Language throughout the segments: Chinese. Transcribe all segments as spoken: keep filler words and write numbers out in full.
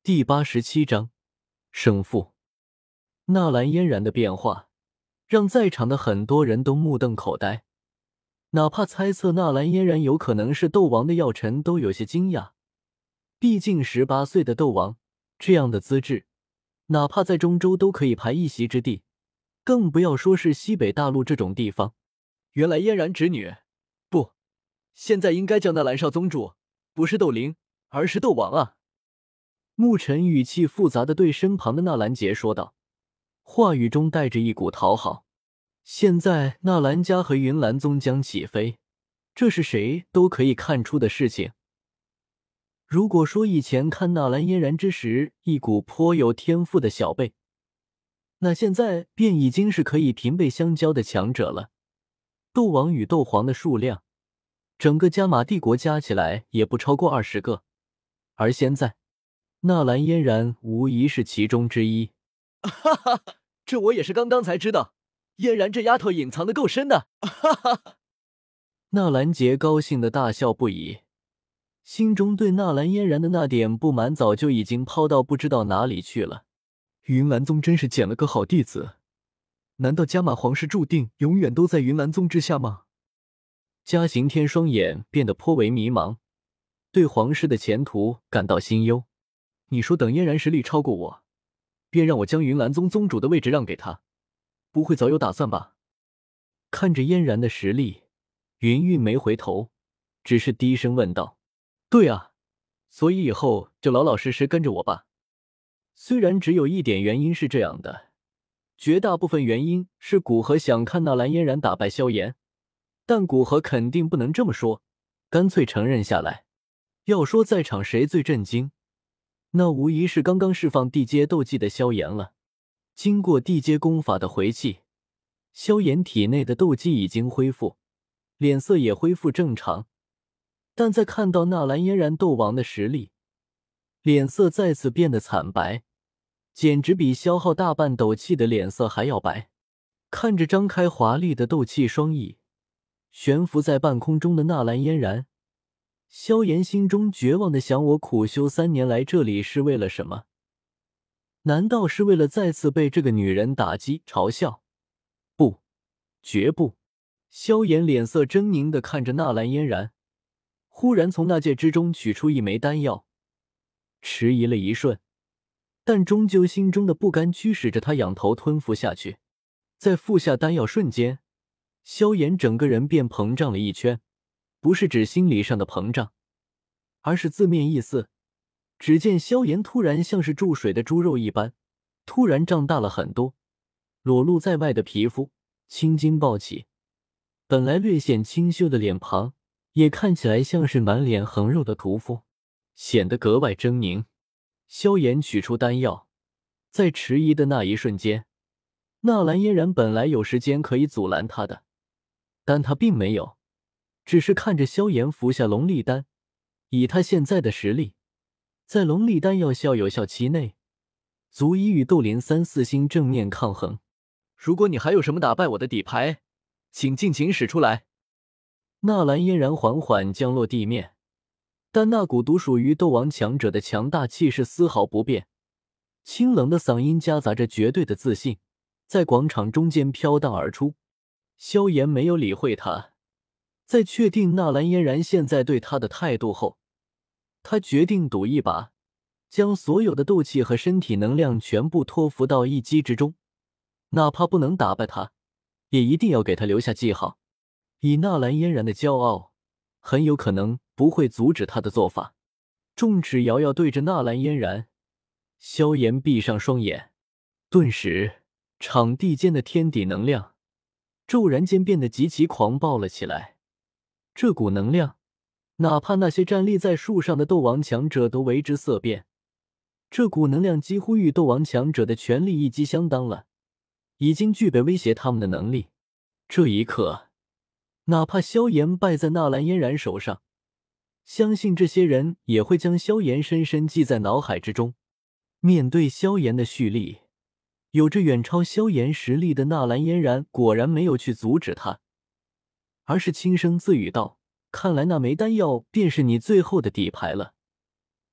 第八十七章胜负。纳兰嫣然的变化让在场的很多人都目瞪口呆，哪怕猜测纳兰嫣然有可能是斗王的药尘都有些惊讶。毕竟十八岁的斗王这样的资质，哪怕在中州都可以排一席之地，更不要说是西北大陆这种地方。原来嫣然侄女，不，现在应该叫纳兰少宗主，不是斗灵，而是斗王啊。沐尘语气复杂地对身旁的纳兰杰说道，话语中带着一股讨好。现在纳兰家和云岚宗将起飞，这是谁都可以看出的事情。如果说以前看纳兰嫣然之时一股颇有天赋的小辈，那现在便已经是可以平辈相交的强者了。斗王与斗皇的数量，整个加玛帝国加起来也不超过二十个，而现在纳兰嫣然无疑是其中之一。哈哈，这我也是刚刚才知道，嫣然这丫头隐藏的够深的。哈哈，纳兰杰高兴的大笑不已，心中对纳兰嫣然的那点不满早就已经抛到不知道哪里去了。云岚宗真是捡了个好弟子，难道加玛皇室注定永远都在云岚宗之下吗？嘉行天双眼变得颇为迷茫，对皇室的前途感到心忧。你说等嫣然实力超过我，便让我将云岚宗宗主的位置让给他，不会早有打算吧？看着嫣然的实力，云韵没回头，只是低声问道。对啊，所以以后就老老实实跟着我吧。虽然只有一点原因是这样的，绝大部分原因是古河想看纳兰嫣然打败萧炎，但古河肯定不能这么说，干脆承认下来。要说在场谁最震惊，那无疑是刚刚释放地阶斗技的萧炎了。经过地阶功法的回气，萧炎体内的斗技已经恢复，脸色也恢复正常。但在看到纳兰嫣然斗王的实力，脸色再次变得惨白，简直比消耗大半斗气的脸色还要白。看着张开华丽的斗气双翼，悬浮在半空中的纳兰嫣然，萧炎心中绝望地想，我苦修三年来这里是为了什么？难道是为了再次被这个女人打击嘲笑？不，绝不。萧炎脸色狰狞地看着纳兰嫣然，忽然从那戒之中取出一枚丹药，迟疑了一瞬，但终究心中的不甘驱使着他仰头吞服下去。在服下丹药瞬间，萧炎整个人便膨胀了一圈，不是指心理上的膨胀，而是字面意思。只见萧炎突然像是注水的猪肉一般，突然胀大了很多，裸露在外的皮肤青筋暴起，本来略显清秀的脸庞也看起来像是满脸横肉的屠夫，显得格外狰狞。萧炎取出丹药，在迟疑的那一瞬间，纳兰嫣然本来有时间可以阻拦他的，但他并没有，只是看着萧炎服下龙力丹。以他现在的实力，在龙力丹药效有效期内，足以与斗灵三四星正面抗衡。如果你还有什么打败我的底牌，请尽情使出来。纳兰嫣然缓缓降落地面，但那股独属于斗王强者的强大气势丝毫不变，清冷的嗓音夹杂着绝对的自信，在广场中间飘荡而出。萧炎没有理会他，在确定纳兰嫣然现在对他的态度后，他决定赌一把，将所有的斗气和身体能量全部托付到一击之中，哪怕不能打败他，也一定要给他留下记号。以纳兰嫣然的骄傲，很有可能不会阻止他的做法。重尺摇摇对着纳兰嫣然，萧炎闭上双眼，顿时场地间的天地能量骤然间变得极其狂暴了起来。这股能量，哪怕那些站立在树上的斗王强者都为之色变。这股能量几乎与斗王强者的全力一击相当了，已经具备威胁他们的能力。这一刻，哪怕萧炎败在纳兰嫣然手上，相信这些人也会将萧炎深深记在脑海之中。面对萧炎的蓄力，有着远超萧炎实力的纳兰嫣然果然没有去阻止他，而是轻声自语道，看来那枚丹药便是你最后的底牌了。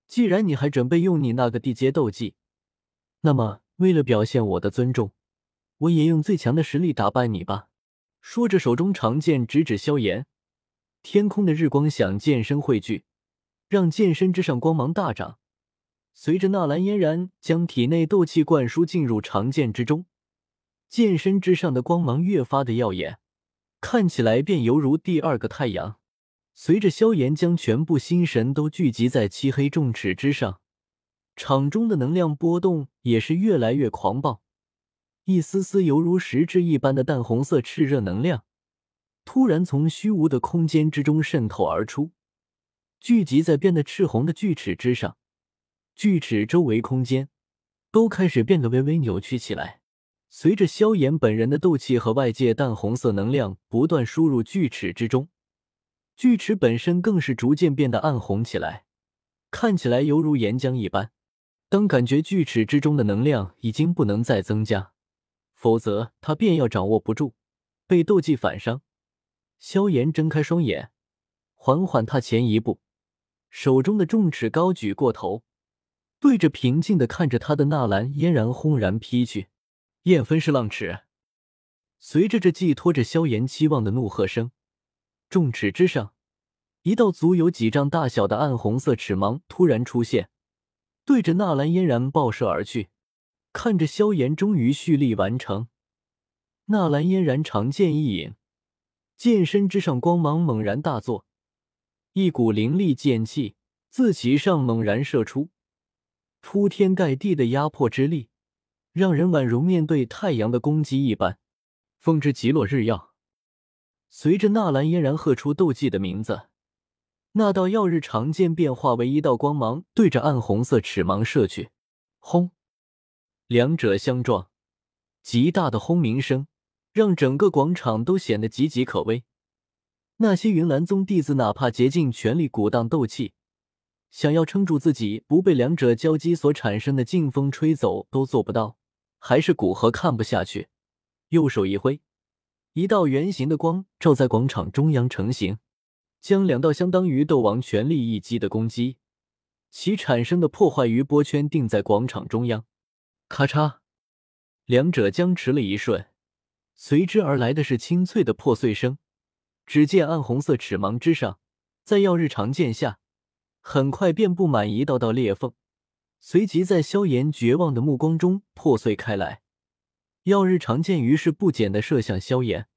既然你还准备用你那个地阶斗技，那么为了表现我的尊重，我也用最强的实力打败你吧。说着，手中长剑直指萧炎。天空的日光响，剑身汇聚，让剑身之上光芒大涨。随着纳兰嫣然将体内斗气灌输进入长剑之中，剑身之上的光芒越发的耀眼，看起来便犹如第二个太阳。随着萧炎将全部心神都聚集在漆黑重尺之上，场中的能量波动也是越来越狂暴，一丝丝犹如实质一般的淡红色炽热能量突然从虚无的空间之中渗透而出，聚集在变得赤红的巨齿之上。巨齿周围空间都开始变得微微扭曲起来。随着萧炎本人的斗气和外界淡红色能量不断输入巨齿之中，巨齿本身更是逐渐变得暗红起来，看起来犹如岩浆一般。当感觉巨齿之中的能量已经不能再增加，否则他便要掌握不住，被斗技反伤，萧炎睁开双眼，缓缓踏前一步，手中的重尺高举过头，对着平静地看着他的纳兰嫣然轰然劈去。燕分式浪尺。随着这寄托着萧炎期望的怒喝声，重尺之上，一道足有几丈大小的暗红色尺芒突然出现，对着纳兰嫣然爆射而去。看着萧炎终于蓄力完成，纳兰嫣然长剑一引，剑身之上光芒猛然大作，一股凌厉剑气自其上猛然射出，铺天盖地的压迫之力让人宛如面对太阳的攻击一般。风之极落日耀。随着纳兰嫣然喝出斗技的名字，那道耀日长剑便化为一道光芒，对着暗红色尺芒射去。轰！两者相撞，极大的轰鸣声让整个广场都显得岌岌可危。那些云岚宗弟子哪怕竭尽全力鼓荡斗气，想要撑住自己不被两者交击所产生的劲风吹走都做不到，还是古河看不下去，右手一挥，一道圆形的光照在广场中央成型，将两道相当于斗王全力一击的攻击其产生的破坏余波圈定在广场中央。咔嚓，两者僵持了一瞬，随之而来的是清脆的破碎声。只见暗红色尺芒之上，在耀日长剑下很快便布满一道道裂缝，随即在萧炎绝望的目光中破碎开来。耀日长剑于是不减地射向萧炎。